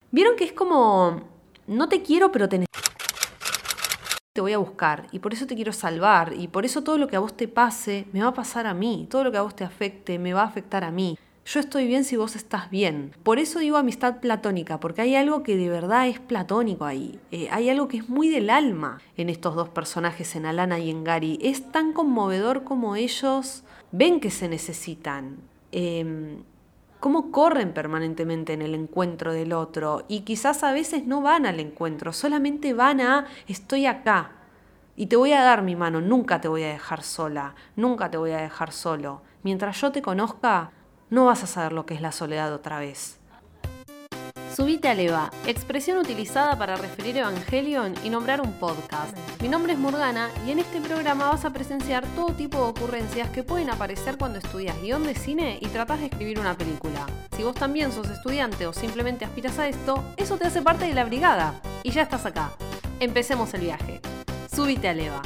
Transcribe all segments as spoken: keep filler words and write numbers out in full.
Vieron que es como, no te quiero, pero te necesito. Te voy a buscar y por eso te quiero salvar y por eso todo lo que a vos te pase me va a pasar a mí, todo lo que a vos te afecte me va a afectar a mí. Yo estoy bien si vos estás bien. Por eso digo amistad platónica, porque hay algo que de verdad es platónico ahí. Eh, hay algo que es muy del alma en estos dos personajes, en Alana y en Gary. Es tan conmovedor como ellos ven que se necesitan. Eh, cómo corren permanentemente en el encuentro del otro y quizás a veces no van al encuentro, solamente van a estoy acá y te voy a dar mi mano, nunca te voy a dejar sola, nunca te voy a dejar solo. Mientras yo te conozca, no vas a saber lo que es la soledad otra vez. Subite a Leva, expresión utilizada para referir Evangelion y nombrar un podcast. Mi nombre es Morgana y en este programa vas a presenciar todo tipo de ocurrencias que pueden aparecer cuando estudias guión de cine y tratás de escribir una película. Si vos también sos estudiante o simplemente aspiras a esto, eso te hace parte de la brigada. Y ya estás acá. Empecemos el viaje. Subite a Leva.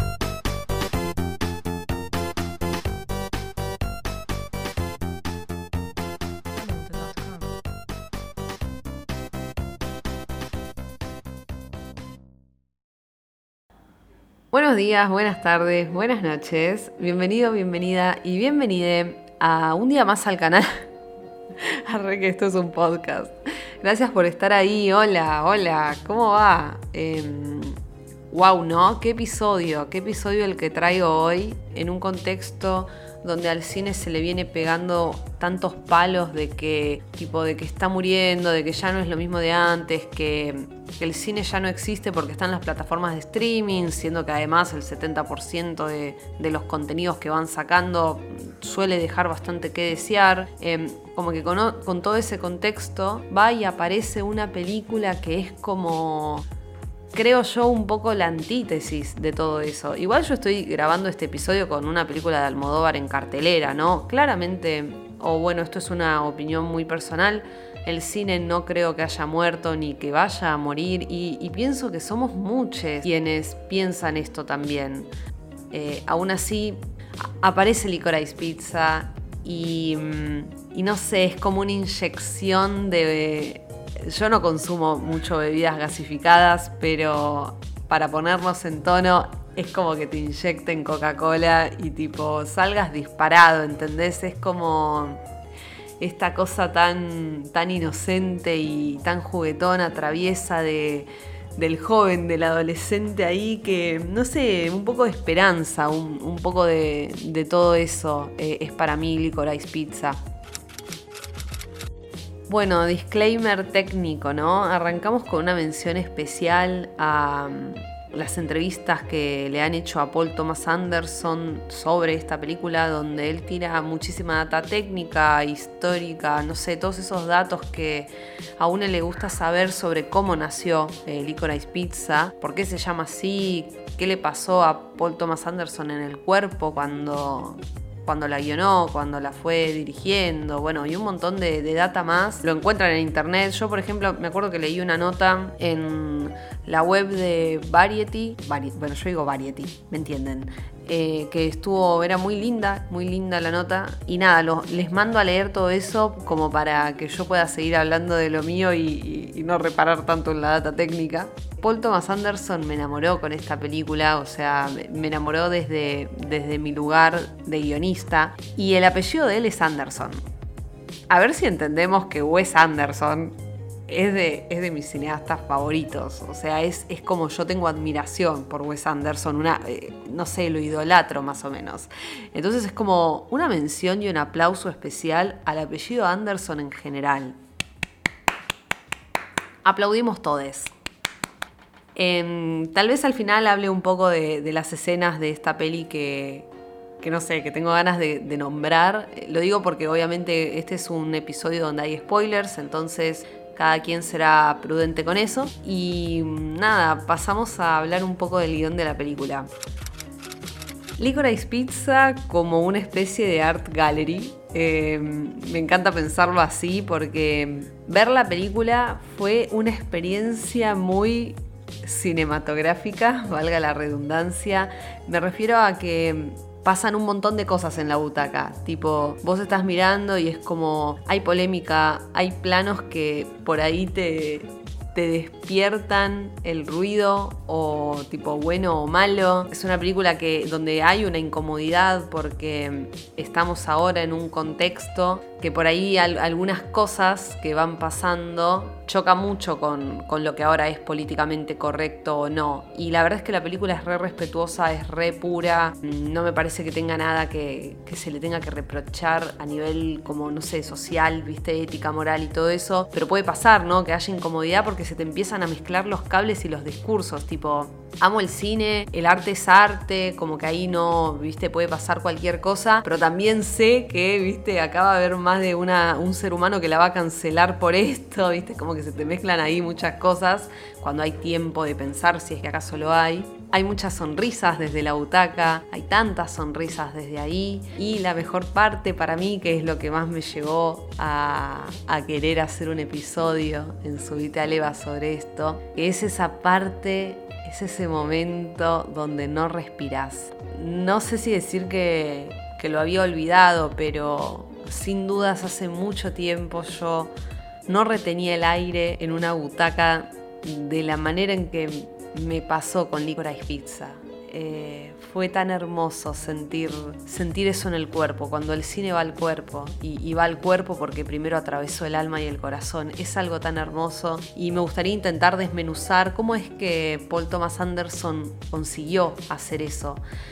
Buenos días, buenas tardes, buenas noches. Bienvenido, bienvenida y bienvenide a un día más al canal. Arre que esto es un podcast. Gracias por estar ahí. Hola, hola, ¿cómo va? Eh, wow, ¿no? ¿Qué episodio? ¿Qué episodio el que traigo hoy en un contexto donde al cine se le viene pegando tantos palos de que, tipo, de que está muriendo, de que ya no es lo mismo de antes, que, que el cine ya no existe porque están las plataformas de streaming, siendo que además el setenta por ciento de, de los contenidos que van sacando suele dejar bastante que desear. Eh, como que con, con todo ese contexto va y aparece una película que es como, creo yo, un poco la antítesis de todo eso. Igual yo estoy grabando este episodio con una película de Almodóvar en cartelera, ¿no? Claramente, o bueno, esto es una opinión muy personal, el cine no creo que haya muerto ni que vaya a morir y, y pienso que somos muchos quienes piensan esto también. Eh, aún así, aparece Licorice Pizza y, y no sé, es como una inyección de... Yo no consumo mucho bebidas gasificadas, pero para ponernos en tono es como que te inyecten Coca-Cola y tipo salgas disparado, ¿entendés? Es como esta cosa tan, tan inocente y tan juguetona, traviesa de, del joven, del adolescente ahí que, no sé, un poco de esperanza, un, un poco de, de todo eso eh, es para mí Licorice Pizza. Bueno, disclaimer técnico, ¿no? Arrancamos con una mención especial a um, las entrevistas que le han hecho a Paul Thomas Anderson sobre esta película, donde él tira muchísima data técnica, histórica, no sé, todos esos datos que a uno le gusta saber sobre cómo nació eh, Licorice Pizza, por qué se llama así, qué le pasó a Paul Thomas Anderson en el cuerpo cuando... cuando la guionó, cuando la fue dirigiendo, bueno, y un montón de, de data más. Lo encuentran en internet. Yo, por ejemplo, me acuerdo que leí una nota en la web de Variety, Vari- bueno, yo digo Variety, ¿me entienden? Eh, que estuvo, era muy linda, muy linda la nota. Y nada, lo, les mando a leer todo eso como para que yo pueda seguir hablando de lo mío y, y, y no reparar tanto en la data técnica. Paul Thomas Anderson me enamoró con esta película, o sea, me enamoró desde, desde mi lugar de guionista. Y el apellido de él es Anderson. A ver si entendemos que Wes Anderson es de, es de mis cineastas favoritos. O sea, es, es como yo tengo admiración por Wes Anderson, una, eh, no sé, lo idolatro más o menos. Entonces es como una mención y un aplauso especial al apellido Anderson en general. Aplaudimos todes. Eh, tal vez al final hable un poco de, de las escenas de esta peli que, que no sé, que tengo ganas de, de nombrar. Lo digo porque obviamente este es un episodio donde hay spoilers, entonces cada quien será prudente con eso. Y nada, pasamos a hablar un poco del guión de la película. Licorice Pizza como una especie de art gallery. Eh, me encanta pensarlo así porque ver la película fue una experiencia muy cinematográfica, valga la redundancia. Me refiero a que pasan un montón de cosas en la butaca. Tipo, vos estás mirando y es como, hay polémica, hay planos que por ahí te... te despiertan el ruido o tipo bueno o malo. Es una película que, donde hay una incomodidad porque estamos ahora en un contexto que por ahí al, algunas cosas que van pasando choca mucho con, con lo que ahora es políticamente correcto o no. Y la verdad es que la película es re respetuosa, es re pura. No me parece que tenga nada que, que se le tenga que reprochar a nivel como, no sé, social, viste, ética, moral y todo eso. Pero puede pasar, ¿no? Que haya incomodidad porque se te empiezan a mezclar los cables y los discursos. Tipo, amo el cine, el arte es arte, como que ahí no, viste, puede pasar cualquier cosa. Pero también sé que, viste, acá va a haber más de una, un ser humano que la va a cancelar por esto, viste, como que se te mezclan ahí muchas cosas cuando hay tiempo de pensar, si es que acaso lo hay. Hay muchas sonrisas desde la butaca, hay tantas sonrisas desde ahí. Y la mejor parte para mí, que es lo que más me llevó a, a querer hacer un episodio en Subite a Leva sobre esto, que es esa parte, es ese momento donde no respirás. No sé si decir que, que lo había olvidado, pero sin dudas hace mucho tiempo yo no retenía el aire en una butaca de la manera en que me pasó con Licorice Pizza. Eh, fue tan hermoso sentir, sentir eso en el cuerpo, cuando el cine va al cuerpo y, y va al cuerpo porque primero atravesó el alma y el corazón. Es algo tan hermoso y me gustaría intentar desmenuzar cómo es que Paul Thomas Anderson consiguió hacer eso.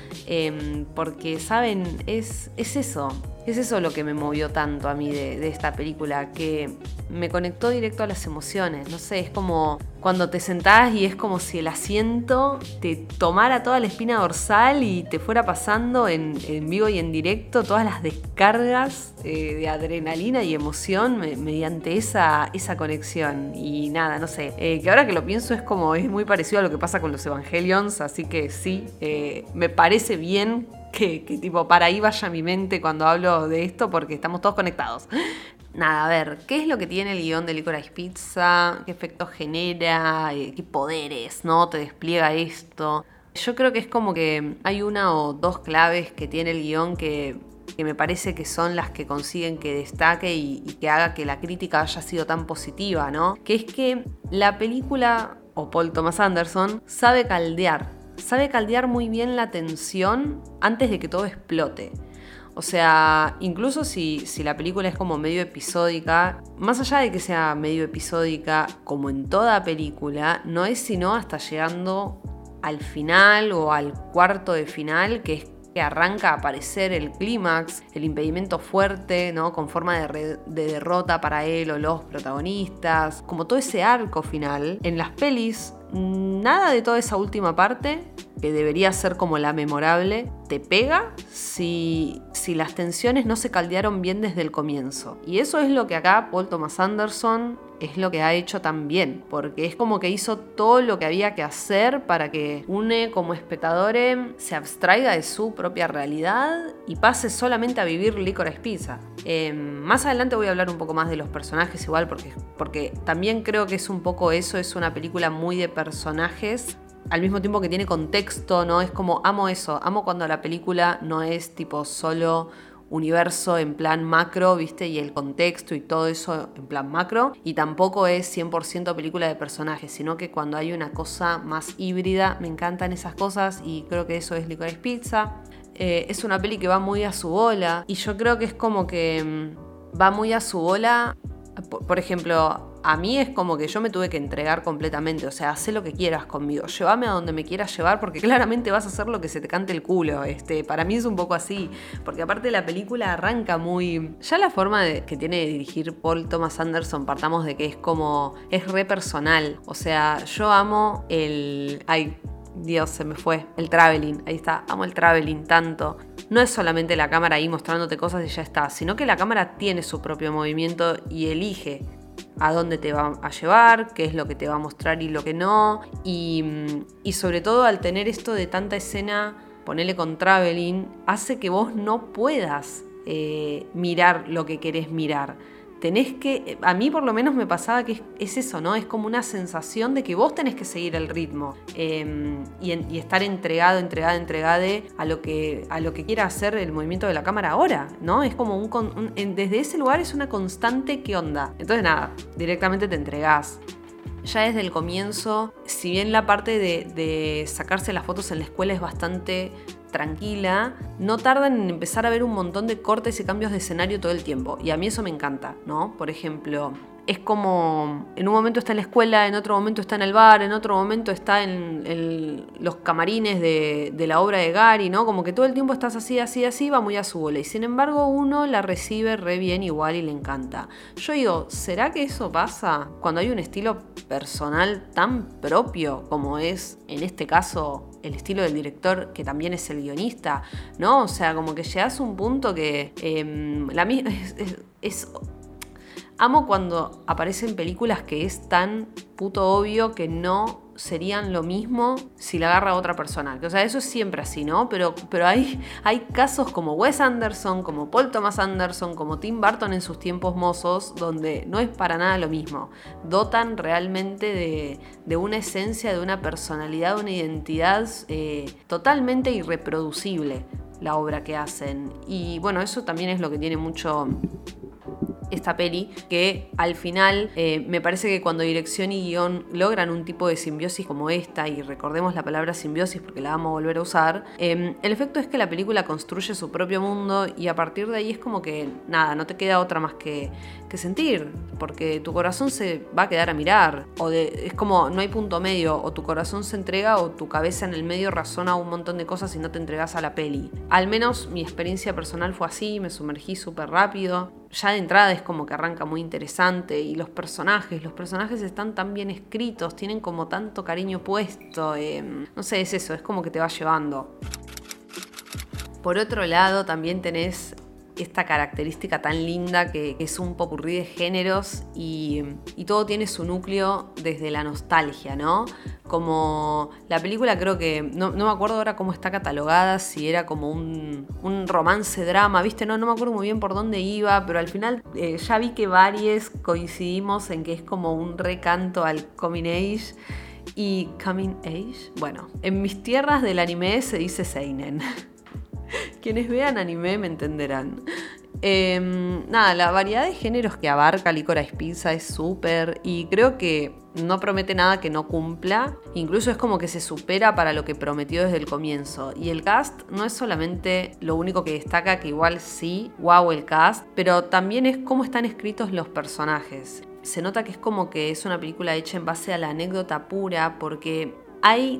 Eh, porque, ¿saben? Es, es eso. Es eso lo que me movió tanto a mí de, de esta película, que me conectó directo a las emociones. No sé, es como cuando te sentás y es como si el asiento te tomara toda la espina dorsal y te fuera pasando en, en vivo y en directo todas las descargas eh, de adrenalina y emoción me, mediante esa, esa conexión. Y nada, no sé, eh, que ahora que lo pienso es como, es muy parecido a lo que pasa con los Evangelions, así que sí, eh, me parece bien Que, que tipo para ahí vaya mi mente cuando hablo de esto porque estamos todos conectados. Nada, a ver, ¿qué es lo que tiene el guión de Licorice Pizza? ¿Qué efectos genera? ¿Qué poderes, no? Te despliega esto. Yo creo que es como que hay una o dos claves que tiene el guión que, que me parece que son las que consiguen que destaque y, y que haga que la crítica haya sido tan positiva, ¿no? Que es que la película, o Paul Thomas Anderson, sabe caldear. Sabe caldear muy bien la tensión antes de que todo explote. O sea, incluso si, si la película es como medio episódica, más allá de que sea medio episódica, como en toda película, no es sino hasta llegando al final o al cuarto de final, que es que arranca a aparecer el clímax, el impedimento fuerte, ¿no? Con forma de, re- de derrota para él o los protagonistas, como todo ese arco final. En las pelis, nada de toda esa última parte, que debería ser como la memorable, te pega si, si las tensiones no se caldearon bien desde el comienzo. Y eso es lo que acá Paul Thomas Anderson es lo que ha hecho tan bien, porque es como que hizo todo lo que había que hacer para que uno como espectador se abstraiga de su propia realidad y pase solamente a vivir Licorice Pizza. Eh, más adelante voy a hablar un poco más de los personajes igual, porque, porque también creo que es un poco eso, es una película muy de personajes, al mismo tiempo que tiene contexto, ¿no? Es como, amo eso, amo cuando la película no es tipo solo universo en plan macro, ¿viste? Y el contexto y todo eso en plan macro. Y tampoco es cien por ciento película de personajes, sino que cuando hay una cosa más híbrida, me encantan esas cosas y creo que eso es Licorice Pizza. Eh, es una peli que va muy a su bola y yo creo que es como que mmm, va muy a su bola. Por, por ejemplo, a mí es como que yo me tuve que entregar completamente, o sea, hacé lo que quieras conmigo, llévame a donde me quieras llevar porque claramente vas a hacer lo que se te cante el culo. Este, para mí es un poco así, porque aparte la película arranca muy... Ya la forma de, que tiene de dirigir Paul Thomas Anderson, partamos de que es como... es re personal, o sea, yo amo el... Ay, Dios, se me fue. El traveling, ahí está, amo el traveling tanto. No es solamente la cámara ahí mostrándote cosas y ya está, sino que la cámara tiene su propio movimiento y elige a dónde te va a llevar, qué es lo que te va a mostrar y lo que no. Y, y sobre todo al tener esto de tanta escena, ponele con traveling, hace que vos no puedas eh, mirar lo que querés mirar. tenés que, a mí por lo menos me pasaba que es, es eso, ¿no? Es como una sensación de que vos tenés que seguir el ritmo eh, y, en, y estar entregado, entregada, entregade a lo que a lo que quiera hacer el movimiento de la cámara ahora, ¿no? Es como un, un desde ese lugar es una constante ¿qué onda? Entonces nada, directamente te entregás. Ya desde el comienzo, si bien la parte de, de sacarse las fotos en la escuela es bastante tranquila, no tardan en empezar a ver un montón de cortes y cambios de escenario todo el tiempo. Y a mí eso me encanta, ¿no? Por ejemplo, es como en un momento está en la escuela, en otro momento está en el bar, en otro momento está en, en los camarines de, de la obra de Gary, ¿no? Como que todo el tiempo estás así, así, así, va muy a su bola. Y sin embargo uno la recibe re bien igual y le encanta. Yo digo, ¿será que eso pasa cuando hay un estilo personal tan propio como es, en este caso, el estilo del director, que también es el guionista, ¿no? O sea, como que llegas a un punto que eh, la misma es, es, es amo cuando aparecen películas que es tan puto obvio que no serían lo mismo si la agarra otra persona. O sea, eso es siempre así, ¿no? Pero, pero hay, hay casos como Wes Anderson, como Paul Thomas Anderson, como Tim Burton en sus tiempos mozos, donde no es para nada lo mismo. Dotan realmente de, de una esencia, de una personalidad, de una identidad eh, totalmente irreproducible la obra que hacen. Y bueno, eso también es lo que tiene mucho esta peli, que al final eh, me parece que cuando dirección y guión logran un tipo de simbiosis como esta, y recordemos la palabra simbiosis porque la vamos a volver a usar, eh, el efecto es que la película construye su propio mundo y a partir de ahí es como que nada, no te queda otra más que, que sentir, porque tu corazón se va a quedar a mirar, o de, es como no hay punto medio, o tu corazón se entrega o tu cabeza en el medio razona un montón de cosas y no te entregas a la peli. Al menos mi experiencia personal fue así, me sumergí súper rápido. Ya de entrada es como que arranca muy interesante y los personajes, los personajes están tan bien escritos, tienen como tanto cariño puesto, eh, no sé, es eso, es como que te va llevando. Por otro lado también tenés esta característica tan linda que es un popurrí de géneros y, y todo tiene su núcleo desde la nostalgia, ¿no? Como la película creo que, no, no me acuerdo ahora cómo está catalogada, si era como un, un romance drama, ¿viste? No, no me acuerdo muy bien por dónde iba, pero al final eh, ya vi que varios coincidimos en que es como un recanto al coming age. Y coming age, bueno, en mis tierras del anime se dice seinen. Quienes vean anime me entenderán. Eh, nada, la variedad de géneros que abarca Licorice Pizza es súper y creo que no promete nada que no cumpla. Incluso es como que se supera para lo que prometió desde el comienzo. Y el cast no es solamente lo único que destaca, que igual sí, wow el cast, pero también es cómo están escritos los personajes. Se nota que es como que es una película hecha en base a la anécdota pura porque hay...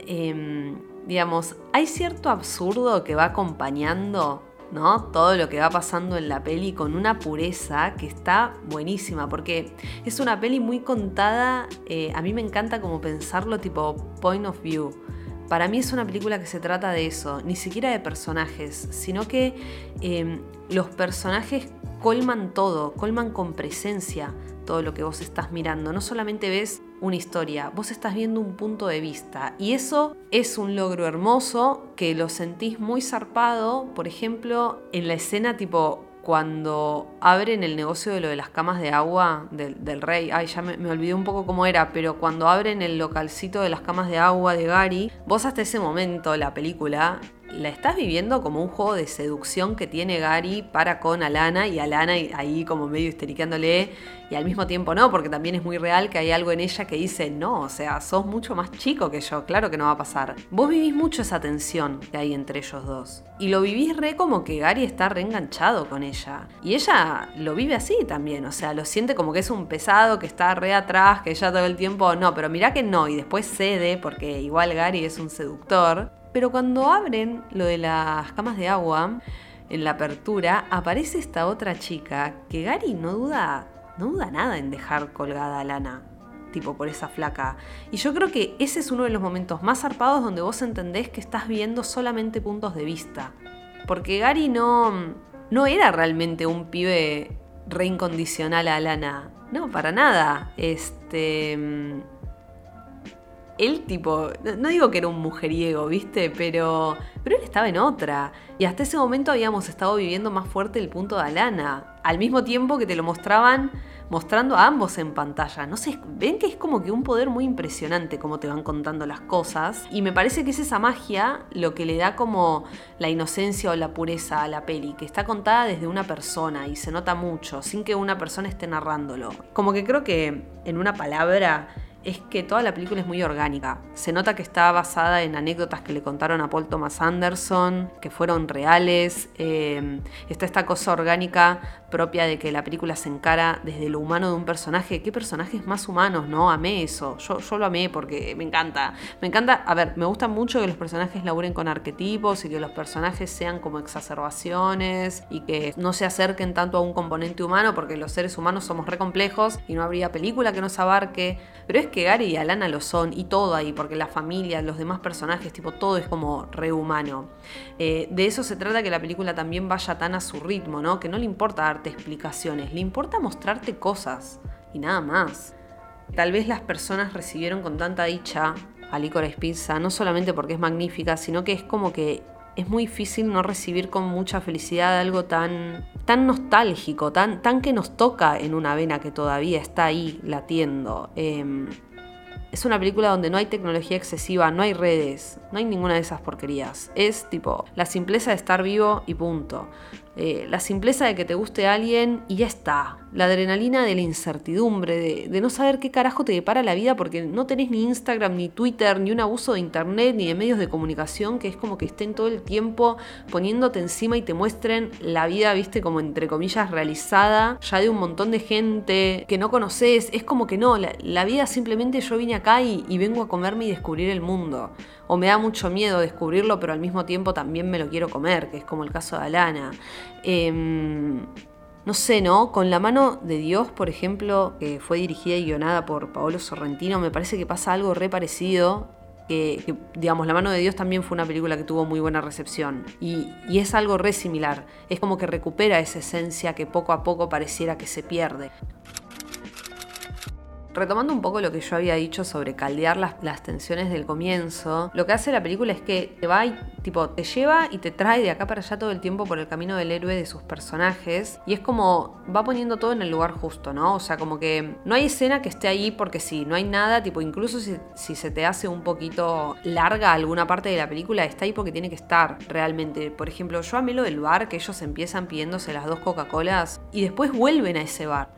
Eh, digamos, hay cierto absurdo que va acompañando, ¿no? Todo lo que va pasando en la peli con una pureza que está buenísima, porque es una peli muy contada, eh, a mí me encanta como pensarlo tipo point of view. Para mí es una película que se trata de eso, ni siquiera de personajes, sino que eh, los personajes colman todo, colman con presencia todo lo que vos estás mirando. No solamente ves una historia, vos estás viendo un punto de vista y eso es un logro hermoso que lo sentís muy zarpado, por ejemplo, en la escena tipo cuando abren el negocio de lo de las camas de agua del, del rey, ay ya me, me olvidé un poco cómo era, pero cuando abren el localcito de las camas de agua de Gary, vos hasta ese momento la película la estás viviendo como un juego de seducción que tiene Gary para con Alana y Alana ahí como medio histeriqueándole y al mismo tiempo no, porque también es muy real que hay algo en ella que dice no, o sea, sos mucho más chico que yo, claro que no va a pasar. Vos vivís mucho esa tensión que hay entre ellos dos y lo vivís re como que Gary está reenganchado con ella y ella lo vive así también, o sea, lo siente como que es un pesado que está re atrás, que ella todo el tiempo no, pero mirá que no y después cede porque igual Gary es un seductor. Pero cuando abren lo de las camas de agua, en la apertura, aparece esta otra chica que Gary no duda, no duda nada en dejar colgada a Lana, tipo por esa flaca. Y yo creo que ese es uno de los momentos más zarpados donde vos entendés que estás viendo solamente puntos de vista. Porque Gary no, no era realmente un pibe re incondicional a Lana. No, para nada. Este... él tipo, no digo que era un mujeriego, ¿viste? Pero, pero él estaba en otra. Y hasta ese momento habíamos estado viviendo más fuerte el punto de Alana. Al mismo tiempo que te lo mostraban, mostrando a ambos en pantalla. No sé, ven que es como que un poder muy impresionante cómo te van contando las cosas. Y me parece que es esa magia lo que le da como la inocencia o la pureza a la peli, que está contada desde una persona y se nota mucho, sin que una persona esté narrándolo. Como que creo que en una palabra es que toda la película es muy orgánica. Se nota que está basada en anécdotas que le contaron a Paul Thomas Anderson, que fueron reales. Eh, está esta cosa orgánica propia de que la película se encara desde lo humano de un personaje. ¿Qué personajes más humanos, no? Amé eso. Yo, yo lo amé porque me encanta. Me encanta, a ver, me gusta mucho que los personajes laburen con arquetipos y que los personajes sean como exacerbaciones y que no se acerquen tanto a un componente humano, porque los seres humanos somos re complejos y no habría película que nos abarque. Pero es que Gary y Alana lo son, y todo ahí, porque la familia, los demás personajes, tipo, todo es como rehumano. Eh, de eso se trata, que la película también vaya tan a su ritmo, ¿no? Que no le importa darte explicaciones, le importa mostrarte cosas y nada más. Tal vez las personas recibieron con tanta dicha a Licorice Pizza, no solamente porque es magnífica, sino que es como que es muy difícil no recibir con mucha felicidad algo tan, tan nostálgico, tan, tan que nos toca en una vena que todavía está ahí latiendo. Eh, es una película donde no hay tecnología excesiva, no hay redes, no hay ninguna de esas porquerías. Es tipo la simpleza de estar vivo y punto. Eh, la simpleza de que te guste a alguien y ya está. La adrenalina de la incertidumbre, de, de no saber qué carajo te depara la vida porque no tenés ni Instagram, ni Twitter, ni un abuso de internet, ni de medios de comunicación que es como que estén todo el tiempo poniéndote encima y te muestren la vida, viste, como entre comillas realizada, ya de un montón de gente que no conoces. Es como que no, la, la vida simplemente yo vine acá y, y vengo a comerme y descubrir el mundo. O me da mucho miedo descubrirlo, pero al mismo tiempo también me lo quiero comer, que es como el caso de Alana. Eh, no sé, ¿no? Con La mano de Dios, por ejemplo, que fue dirigida y guionada por Paolo Sorrentino, me parece que pasa algo re parecido. Que, que, digamos, La mano de Dios también fue una película que tuvo muy buena recepción. Y, y es algo re similar. Es como que recupera esa esencia que poco a poco pareciera que se pierde. Retomando un poco lo que yo había dicho sobre caldear las, las tensiones del comienzo, lo que hace la película es que te va y tipo, te lleva y te trae de acá para allá todo el tiempo por el camino del héroe, de sus personajes, y es como va poniendo todo en el lugar justo, ¿no? O sea, como que no hay escena que esté ahí porque sí, no hay nada, tipo, incluso si, si se te hace un poquito larga alguna parte de la película, está ahí porque tiene que estar realmente. Por ejemplo, yo amé lo del bar, que ellos empiezan pidiéndose las dos Coca-Colas y después vuelven a ese bar.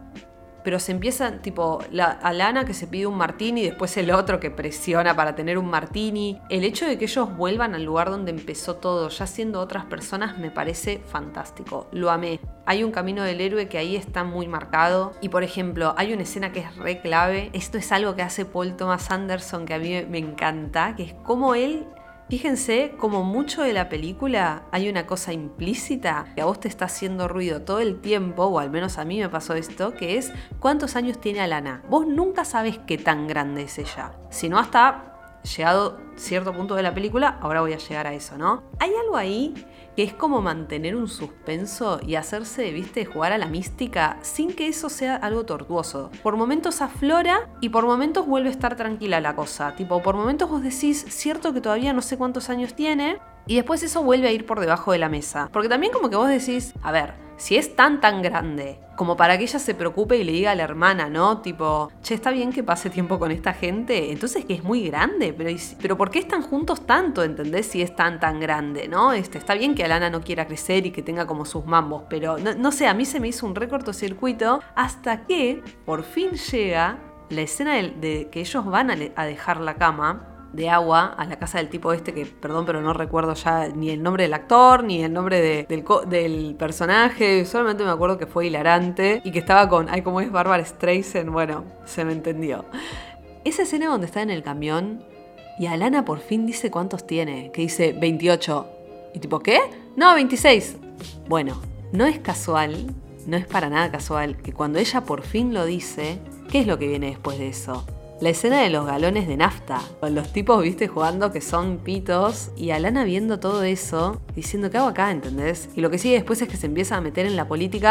Pero se empiezan, tipo, la Alana que se pide un martini y después el otro que presiona para tener un martini. El hecho de que ellos vuelvan al lugar donde empezó todo, ya siendo otras personas, me parece fantástico. Lo amé. Hay un camino del héroe que ahí está muy marcado. Y, por ejemplo, hay una escena que es re clave. Esto es algo que hace Paul Thomas Anderson que a mí me encanta, que es como él... Fíjense, como mucho de la película hay una cosa implícita que a vos te está haciendo ruido todo el tiempo, o al menos a mí me pasó esto, que es ¿cuántos años tiene Alana? Vos nunca sabés qué tan grande es ella, sino hasta llegado cierto punto de la película, ahora voy a llegar a eso, ¿no? Hay algo ahí que es como mantener un suspenso y hacerse, viste, jugar a la mística sin que eso sea algo tortuoso. Por momentos aflora y por momentos vuelve a estar tranquila la cosa. Tipo, por momentos vos decís, cierto que todavía no sé cuántos años tiene, y después eso vuelve a ir por debajo de la mesa. Porque también como que vos decís, a ver, si es tan tan grande como para que ella se preocupe y le diga a la hermana, ¿no? Tipo, che, está bien que pase tiempo con esta gente, entonces que es muy grande, pero, pero ¿por qué están juntos tanto? ¿Entendés? Si es tan tan grande, ¿no? Este, está bien que Alana no quiera crecer y que tenga como sus mambos, pero no, no sé, a mí se me hizo un re cortocircuito hasta que por fin llega la escena de, de que ellos van a, a dejar la cama de agua a la casa del tipo este que, perdón, pero no recuerdo ya ni el nombre del actor, ni el nombre de, del, del personaje, solamente me acuerdo que fue hilarante y que estaba con, ay, ¿cómo es Barbara Streisand? Bueno, se me entendió. Esa escena donde está en el camión y Alana por fin dice cuántos tiene, que dice veintiocho. Y tipo, ¿qué? No, veintiséis. Bueno, no es casual, no es para nada casual que cuando ella por fin lo dice, ¿qué es lo que viene después de eso? La escena de los galones de nafta, con los tipos, viste, jugando que son pitos, y Alana viendo todo eso, diciendo, ¿qué hago acá? ¿Entendés? Y lo que sigue después es que se empieza a meter en la política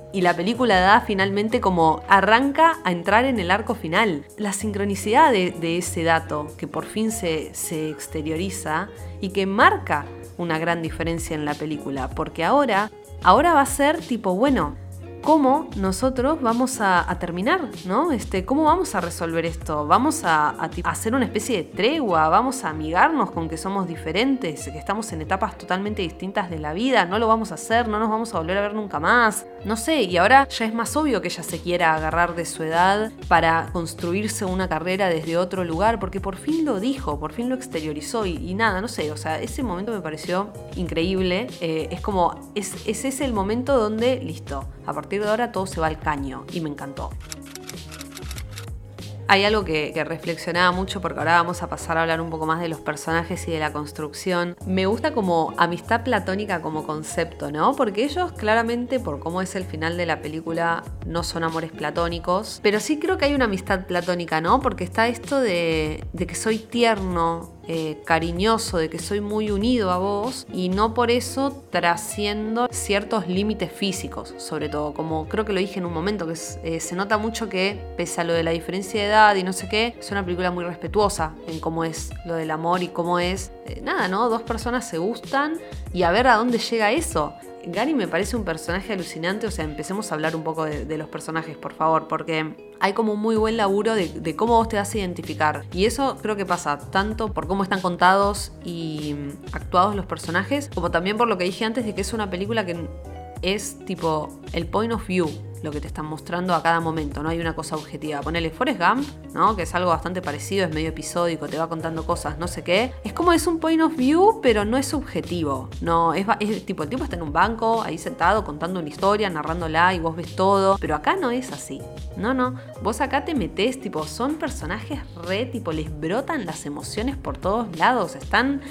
y la película da finalmente como arranca a entrar en el arco final. La sincronicidad de, de ese dato que por fin se, se exterioriza y que marca una gran diferencia en la película, porque ahora, ahora va a ser tipo, bueno, ¿cómo nosotros vamos a, a terminar, ¿no? Este, ¿cómo vamos a resolver esto? ¿Vamos a, a, a hacer una especie de tregua? ¿Vamos a amigarnos con que somos diferentes, que estamos en etapas totalmente distintas de la vida? ¿No lo vamos a hacer? ¿No nos vamos a volver a ver nunca más? No sé, y ahora ya es más obvio que ella se quiera agarrar de su edad para construirse una carrera desde otro lugar, porque por fin lo dijo, por fin lo exteriorizó y, y nada, no sé, o sea, ese momento me pareció increíble. Eh, es como, es, es ese el momento donde, listo, a partir de ahora todo se va al caño y me encantó. Hay algo que, que reflexionaba mucho, porque ahora vamos a pasar a hablar un poco más de los personajes y de la construcción. Me gusta como amistad platónica como concepto, ¿no? Porque ellos claramente, por cómo es el final de la película, no son amores platónicos. Pero sí creo que hay una amistad platónica, ¿no? Porque está esto de, de que soy tierno, Eh, cariñoso, de que soy muy unido a vos y no por eso trasciendo ciertos límites físicos, sobre todo, como creo que lo dije en un momento, que es, eh, se nota mucho que pese a lo de la diferencia de edad y no sé qué, es una película muy respetuosa en cómo es lo del amor y cómo es, eh, nada, ¿no? Dos personas se gustan y a ver a dónde llega eso. Gary me parece un personaje alucinante, o sea, empecemos a hablar un poco de, de los personajes, por favor, porque hay como un muy buen laburo de, de cómo vos te vas a identificar. Y eso creo que pasa tanto por cómo están contados y actuados los personajes, como también por lo que dije antes de que es una película que es tipo el point of view, lo que te están mostrando a cada momento, no hay una cosa objetiva. Ponele Forrest Gump, ¿no? Que es algo bastante parecido, es medio episódico, te va contando cosas, no sé qué. Es como es un point of view, pero no es subjetivo. No, es, es tipo, el tipo está en un banco, ahí sentado, contando una historia, narrándola y vos ves todo. Pero acá no es así. No, no. Vos acá te metés, tipo, son personajes re, tipo, les brotan las emociones por todos lados. Están...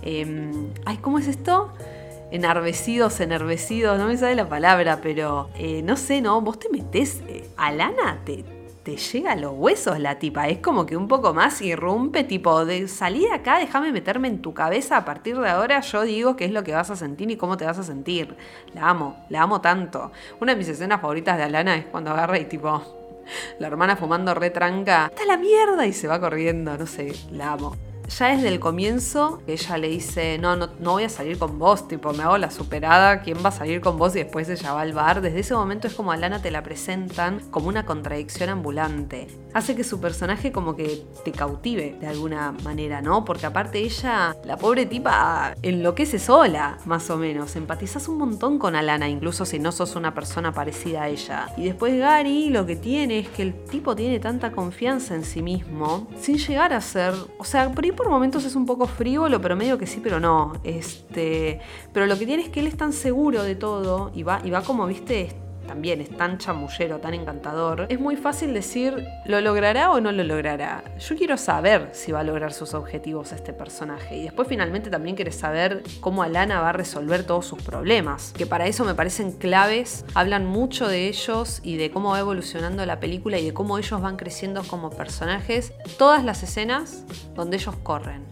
Eh, ay, ¿cómo es esto? Enardecidos, enervecidos, no me sale la palabra, pero eh, no sé, ¿no? Vos te metés, eh, a Lana te, te llega a los huesos la tipa, es como que un poco más irrumpe, tipo, de salir de acá, déjame meterme en tu cabeza, a partir de ahora yo digo qué es lo que vas a sentir y cómo te vas a sentir. La amo, la amo tanto. Una de mis escenas favoritas de Alana es cuando agarra y tipo, la hermana fumando re tranca, ¡está la mierda! Y se va corriendo, no sé, la amo. Ya desde el comienzo, ella le dice, no, no, no voy a salir con vos, tipo, me hago la superada, ¿quién va a salir con vos? Y después ella va al bar. Desde ese momento es como a Lana te la presentan como una contradicción ambulante. Hace que su personaje como que te cautive de alguna manera, ¿no? Porque aparte ella, la pobre tipa, enloquece sola, más o menos. Empatizás un montón con Alana, incluso si no sos una persona parecida a ella. Y después Gary lo que tiene es que el tipo tiene tanta confianza en sí mismo, sin llegar a ser, o sea, por ahí por momentos es un poco frívolo, pero medio que sí, pero no. Este, pero lo que tiene es que él es tan seguro de todo y va, y va como, viste, también es tan chamullero, tan encantador. Es muy fácil decir, ¿lo logrará o no lo logrará? Yo quiero saber si va a lograr sus objetivos este personaje. Y después finalmente también querés saber cómo Alana va a resolver todos sus problemas. Que para eso me parecen claves. Hablan mucho de ellos y de cómo va evolucionando la película y de cómo ellos van creciendo como personajes. Todas las escenas donde ellos corren.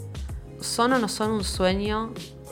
¿Son o no son un sueño?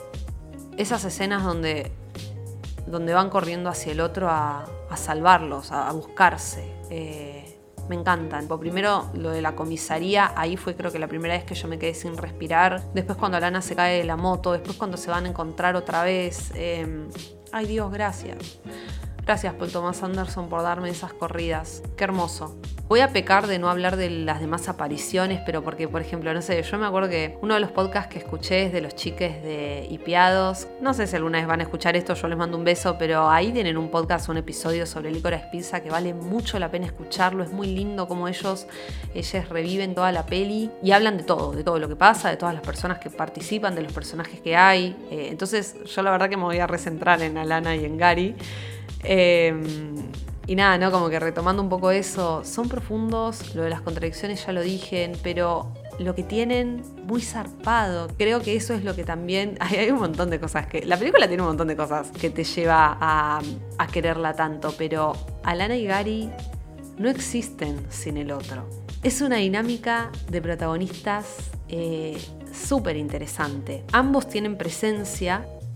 Esas escenas donde... donde van corriendo hacia el otro a, a salvarlos, a, a buscarse. Eh, me encantan. Por primero, lo de la comisaría, ahí fue creo que la primera vez que yo me quedé sin respirar. Después cuando Alana se cae de la moto, después cuando se van a encontrar otra vez. Eh, ay Dios, gracias. Gracias Paul Thomas Anderson por darme esas corridas. Qué hermoso. Voy a pecar de no hablar de las demás apariciones, pero porque, por ejemplo, no sé, yo me acuerdo que uno de los podcasts que escuché es de los chiques de Hipiados. No sé si alguna vez van a escuchar esto, yo les mando un beso, pero ahí tienen un podcast, un episodio sobre Licorice Pizza que vale mucho la pena escucharlo. Es muy lindo como ellos, ellos reviven toda la peli y hablan de todo, de todo lo que pasa, de todas las personas que participan, de los personajes que hay. Eh, entonces, yo la verdad que me voy a recentrar en Alana y en Gary. Eh, y nada, ¿no? Como que retomando un poco eso, son profundos, lo de las contradicciones ya lo dije, pero lo que tienen muy zarpado, creo que eso es lo que también, hay, hay un montón de cosas que, la película tiene un montón de cosas que te lleva a, a quererla tanto, pero Alana y Gary no existen sin el otro. Es una dinámica de protagonistas eh, súper interesante. Ambos tienen presencia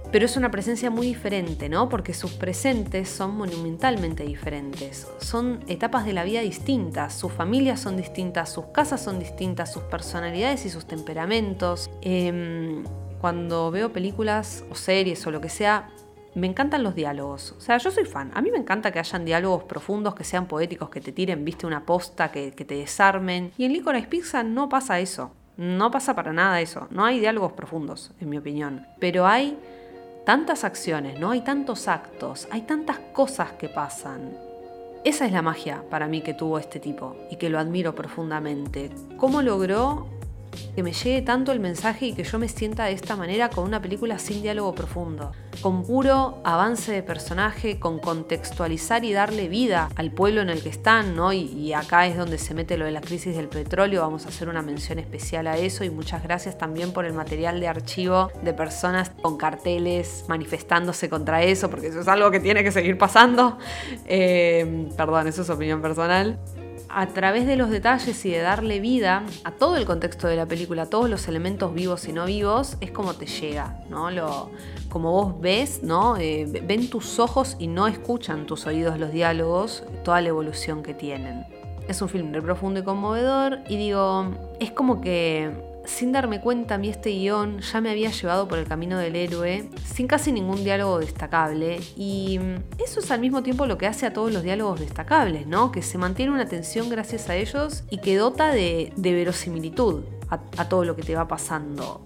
pero es una presencia muy diferente, ¿no? Porque sus presentes son monumentalmente diferentes. Son etapas de la vida distintas, sus familias son distintas, sus casas son distintas, sus personalidades y sus temperamentos. Eh, cuando veo películas o series o lo que sea, me encantan los diálogos. O sea, yo soy fan. A mí me encanta que hayan diálogos profundos, que sean poéticos, que te tiren, viste, una posta, que, que te desarmen. Y en Licorice Pizza no pasa eso. No pasa para nada eso. No hay diálogos profundos, en mi opinión. Pero hay tantas acciones, ¿no? Hay tantos actos, hay tantas cosas que pasan. Esa es la magia para mí que tuvo este tipo y que lo admiro profundamente. ¿Cómo logró que me llegue tanto el mensaje y que yo me sienta de esta manera con una película sin diálogo profundo? Con puro avance de personaje, con contextualizar y darle vida al pueblo en el que están, ¿no? Y, y acá es donde se mete lo de la crisis del petróleo. Vamos a hacer una mención especial a eso y muchas gracias también por el material de archivo de personas con carteles manifestándose contra eso, porque eso es algo que tiene que seguir pasando. Eh, perdón, eso es opinión personal. A través de los detalles y de darle vida a todo el contexto de la película, a todos los elementos vivos y no vivos, es como te llega, ¿no? Lo, como vos ves, ¿no? Eh, ven tus ojos y no escuchan tus oídos los diálogos, toda la evolución que tienen. Es un film re profundo y conmovedor y digo, es como que sin darme cuenta, a mí este guión ya me había llevado por el camino del héroe sin casi ningún diálogo destacable, y eso es al mismo tiempo lo que hace a todos los diálogos destacables, ¿no? Que se mantiene una tensión gracias a ellos y que dota de, de verosimilitud a, a todo lo que te va pasando.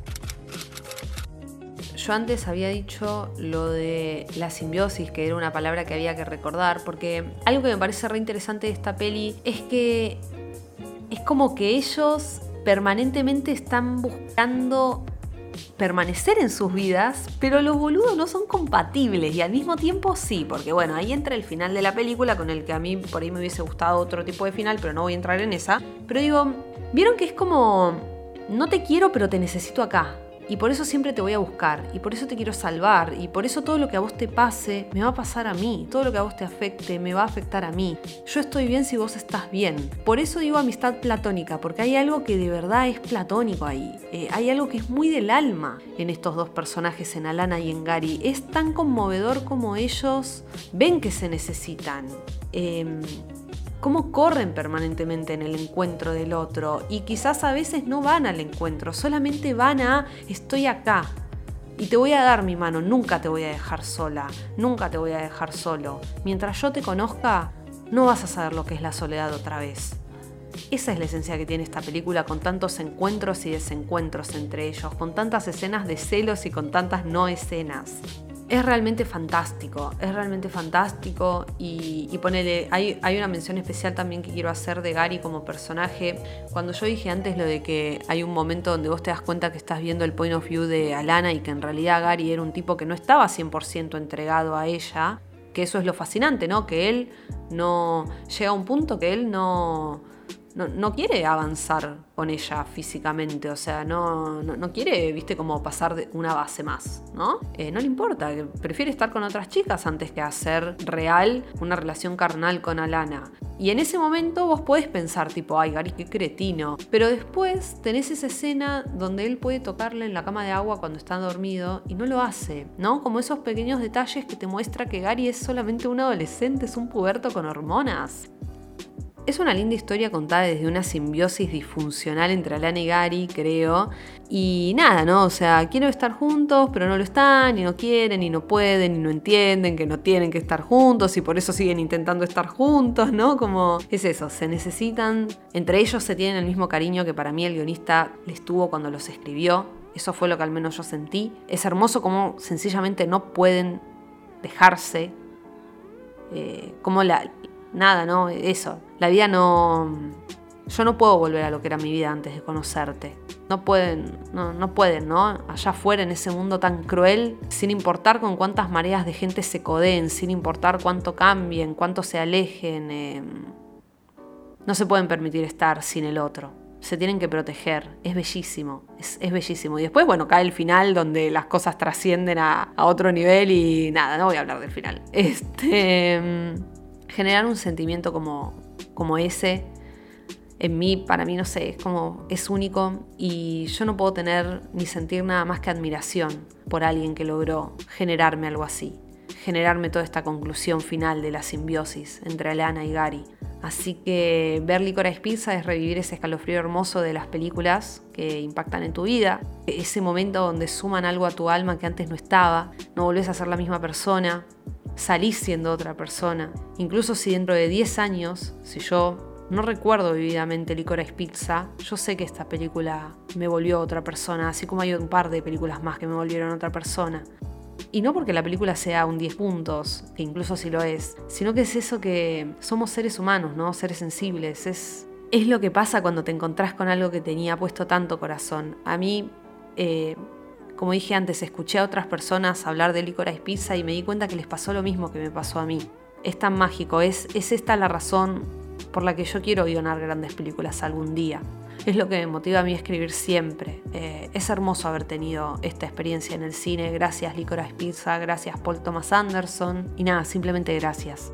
Yo antes había dicho lo de la simbiosis, que era una palabra que había que recordar, porque algo que me parece re interesante de esta peli es que es como que ellos permanentemente están buscando permanecer en sus vidas, pero los boludos no son compatibles y al mismo tiempo sí, porque bueno, ahí entra el final de la película con el que a mí por ahí me hubiese gustado otro tipo de final, pero no voy a entrar en esa. Pero digo, ¿vieron que es como no te quiero pero te necesito acá? Y por eso siempre te voy a buscar, y por eso te quiero salvar, y por eso todo lo que a vos te pase me va a pasar a mí, todo lo que a vos te afecte me va a afectar a mí. Yo estoy bien si vos estás bien. Por eso digo amistad platónica, porque hay algo que de verdad es platónico ahí. Eh, hay algo que es muy del alma en estos dos personajes, en Alana y en Gary. Es tan conmovedor como ellos ven que se necesitan. Eh, cómo corren permanentemente en el encuentro del otro y quizás a veces no van al encuentro, solamente van a estoy acá y te voy a dar mi mano, nunca te voy a dejar sola, nunca te voy a dejar solo. Mientras yo te conozca, no vas a saber lo que es la soledad otra vez. Esa es la esencia que tiene esta película, con tantos encuentros y desencuentros entre ellos, con tantas escenas de celos y con tantas no escenas. Es realmente fantástico, es realmente fantástico y, y ponele, hay, hay una mención especial también que quiero hacer de Gary como personaje. Cuando yo dije antes lo de que hay un momento donde vos te das cuenta que estás viendo el point of view de Alana y que en realidad Gary era un tipo que no estaba cien por ciento entregado a ella, que eso es lo fascinante, ¿no? Que él no llega a un punto que él no... No, no quiere avanzar con ella físicamente, o sea, no, no, no quiere, viste, como pasar de una base más, ¿no? Eh, no le importa, prefiere estar con otras chicas antes que hacer real una relación carnal con Alana. Y en ese momento vos podés pensar, tipo, ay, Gary, qué cretino. Pero después tenés esa escena donde él puede tocarle en la cama de agua cuando está dormido y no lo hace, ¿no? Como esos pequeños detalles que te muestra que Gary es solamente un adolescente, es un puberto con hormonas. Es una linda historia contada desde una simbiosis disfuncional entre Alana y Gary, creo. Y nada, ¿no? O sea, quieren estar juntos, pero no lo están, y no quieren, y no pueden, y no entienden que no tienen que estar juntos, y por eso siguen intentando estar juntos, ¿no? Como es eso, se necesitan, entre ellos se tienen el mismo cariño que para mí el guionista les tuvo cuando los escribió. Eso fue lo que al menos yo sentí. Es hermoso como sencillamente no pueden dejarse, eh, como la... Nada, ¿no? Eso. La vida no... Yo no puedo volver a lo que era mi vida antes de conocerte. No pueden, no, no pueden, ¿no? Allá afuera en ese mundo tan cruel, sin importar con cuántas mareas de gente se codeen, sin importar cuánto cambien, cuánto se alejen, eh, no se pueden permitir estar sin el otro. Se tienen que proteger. Es bellísimo. Es, es bellísimo. Y después, bueno, cae el final donde las cosas trascienden a, a otro nivel y nada, no voy a hablar del final. Este... Generar un sentimiento como, como ese en mí, para mí, no sé, es como, es único y yo no puedo tener ni sentir nada más que admiración por alguien que logró generarme algo así, generarme toda esta conclusión final de la simbiosis entre Alana y Gary. Así que ver Licorice Pizza es revivir ese escalofrío hermoso de las películas que impactan en tu vida, ese momento donde suman algo a tu alma que antes no estaba, no volvés a ser la misma persona, salís siendo otra persona. Incluso si dentro de diez años, si yo no recuerdo vividamente Licorice Pizza, yo sé que esta película me volvió otra persona, así como hay un par de películas más que me volvieron otra persona. Y no porque la película sea un diez puntos, que incluso sí lo es, sino que es eso que somos seres humanos, ¿no? Seres sensibles. Es, es lo que pasa cuando te encontrás con algo que tenía puesto tanto corazón. A mí, eh, como dije antes, escuché a otras personas hablar de Licorice Pizza y me di cuenta que les pasó lo mismo que me pasó a mí. Es tan mágico, es, es esta la razón por la que yo quiero guionar grandes películas algún día. Es lo que me motiva a mí a escribir siempre. Eh, es hermoso haber tenido esta experiencia en el cine. Gracias Licorice Pizza, gracias Paul Thomas Anderson. Y nada, simplemente gracias.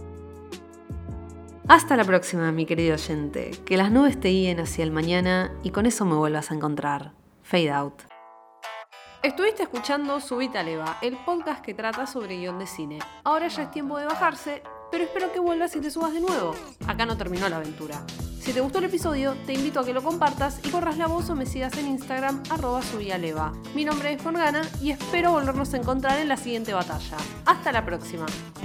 Hasta la próxima, mi querido oyente. Que las nubes te guíen hacia el mañana y con eso me vuelvas a encontrar. Fade Out. Estuviste escuchando Subite a Leva, el podcast que trata sobre guión de cine. Ahora ya es tiempo de bajarse, pero espero que vuelvas y te subas de nuevo. Acá no terminó la aventura. Si te gustó el episodio, te invito a que lo compartas y corras la voz o me sigas en Instagram, arroba subialeva. Mi nombre es Morgana y espero volvernos a encontrar en la siguiente batalla. ¡Hasta la próxima!